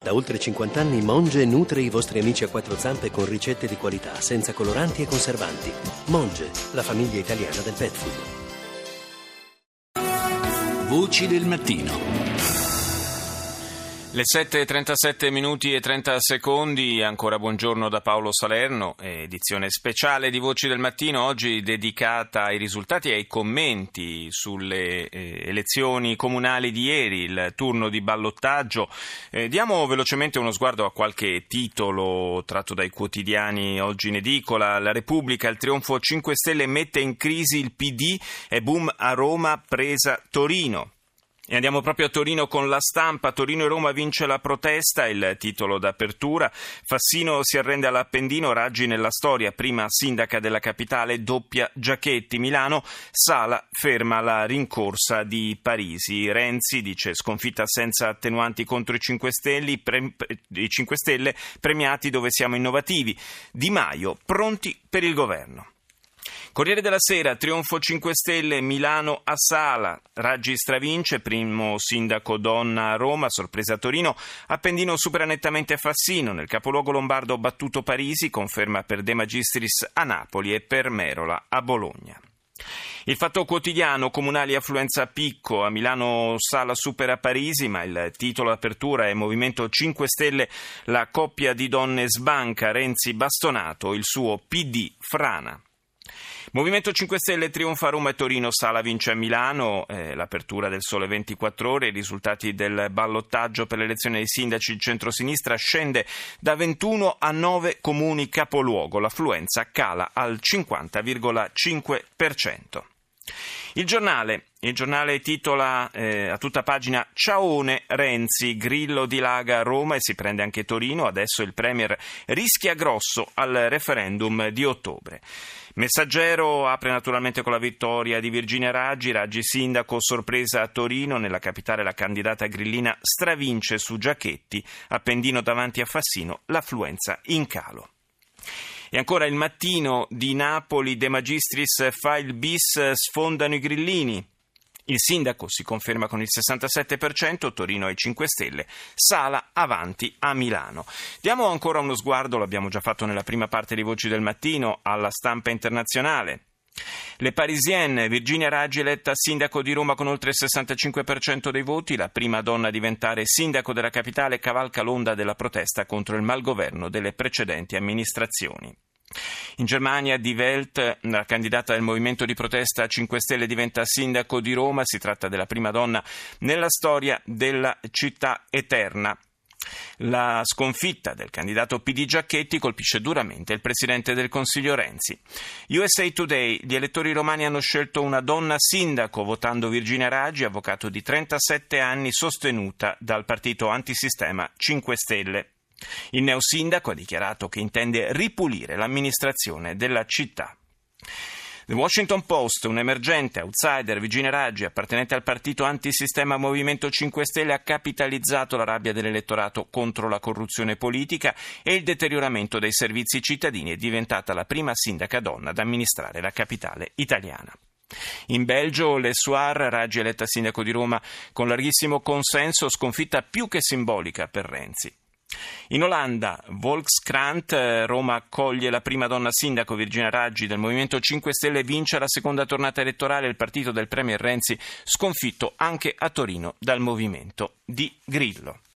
Da oltre 50 anni Monge nutre i vostri amici a quattro zampe con ricette di qualità, senza coloranti e conservanti. Monge, la famiglia italiana del pet food. Voci del mattino. Le 7:37 minuti e 30 secondi, ancora buongiorno da Paolo Salerno, edizione speciale di Voci del Mattino, oggi dedicata ai risultati e ai commenti sulle elezioni comunali di ieri, il turno di ballottaggio. Diamo velocemente uno sguardo a qualche titolo tratto dai quotidiani oggi in edicola. La Repubblica, il trionfo 5 Stelle mette in crisi il PD e boom a Roma, presa Torino. E andiamo proprio a Torino con La Stampa. Torino e Roma vince la protesta, il titolo d'apertura. Fassino si arrende all'Appendino, Raggi nella storia, prima sindaca della capitale, doppia Giachetti. Milano, Sala ferma la rincorsa di Parisi. Renzi dice sconfitta senza attenuanti contro i 5 Stelle, premiati dove siamo innovativi. Di Maio, pronti per il governo. Corriere della Sera, trionfo 5 Stelle, Milano a Sala, Raggi stravince, primo sindaco donna a Roma, sorpresa a Torino, Appendino supera nettamente Fassino, nel capoluogo lombardo battuto Parisi, conferma per De Magistris a Napoli e per Merola a Bologna. Il Fatto Quotidiano, comunali affluenza a picco, a Milano Sala supera Parisi, ma il titolo d'apertura è Movimento 5 Stelle, la coppia di donne sbanca, Renzi bastonato, il suo PD frana. Movimento 5 Stelle trionfa a Roma e Torino, Sala vince a Milano, l'apertura del Sole 24 Ore, i risultati del ballottaggio per l'elezione dei sindaci di centrosinistra scende da 21 a 9 comuni capoluogo, l'affluenza cala al 50,5%. Il giornale titola a tutta pagina Ciaone Renzi, Grillo dilaga a Roma e si prende anche Torino, adesso il Premier rischia grosso al referendum di ottobre. Messaggero apre naturalmente con la vittoria di Virginia Raggi sindaco, sorpresa a Torino, nella capitale la candidata grillina stravince su Giachetti, Appendino davanti a Fassino, l'affluenza in calo. E ancora Il Mattino di Napoli, De Magistris fa il bis, sfondano i grillini. Il sindaco si conferma con il 67%, Torino ai 5 Stelle, Sala avanti a Milano. Diamo ancora uno sguardo, l'abbiamo già fatto nella prima parte di Voci del Mattino, alla stampa internazionale. Le Parisienne, Virginia Raggi eletta sindaco di Roma con oltre il 65% dei voti, la prima donna a diventare sindaco della capitale, cavalca l'onda della protesta contro il malgoverno delle precedenti amministrazioni. In Germania, Die Welt, la candidata del movimento di protesta 5 Stelle, diventa sindaco di Roma, si tratta della prima donna nella storia della città eterna. La sconfitta del candidato PD Giachetti colpisce duramente il presidente del Consiglio Renzi. USA Today, gli elettori romani hanno scelto una donna sindaco votando Virginia Raggi, avvocato di 37 anni, sostenuta dal partito antisistema 5 Stelle. Il neosindaco ha dichiarato che intende ripulire l'amministrazione della città. The Washington Post, un emergente outsider, Virginia Raggi, appartenente al partito antisistema Movimento 5 Stelle, ha capitalizzato la rabbia dell'elettorato contro la corruzione politica e il deterioramento dei servizi cittadini, è diventata la prima sindaca donna ad amministrare la capitale italiana. In Belgio, Le Soir, Raggi eletta sindaco di Roma con larghissimo consenso, sconfitta più che simbolica per Renzi. In Olanda, Volkskrant, Roma accoglie la prima donna sindaco, Virginia Raggi del Movimento 5 Stelle, vince la seconda tornata elettorale, il partito del Premier Renzi sconfitto anche a Torino dal Movimento di Grillo.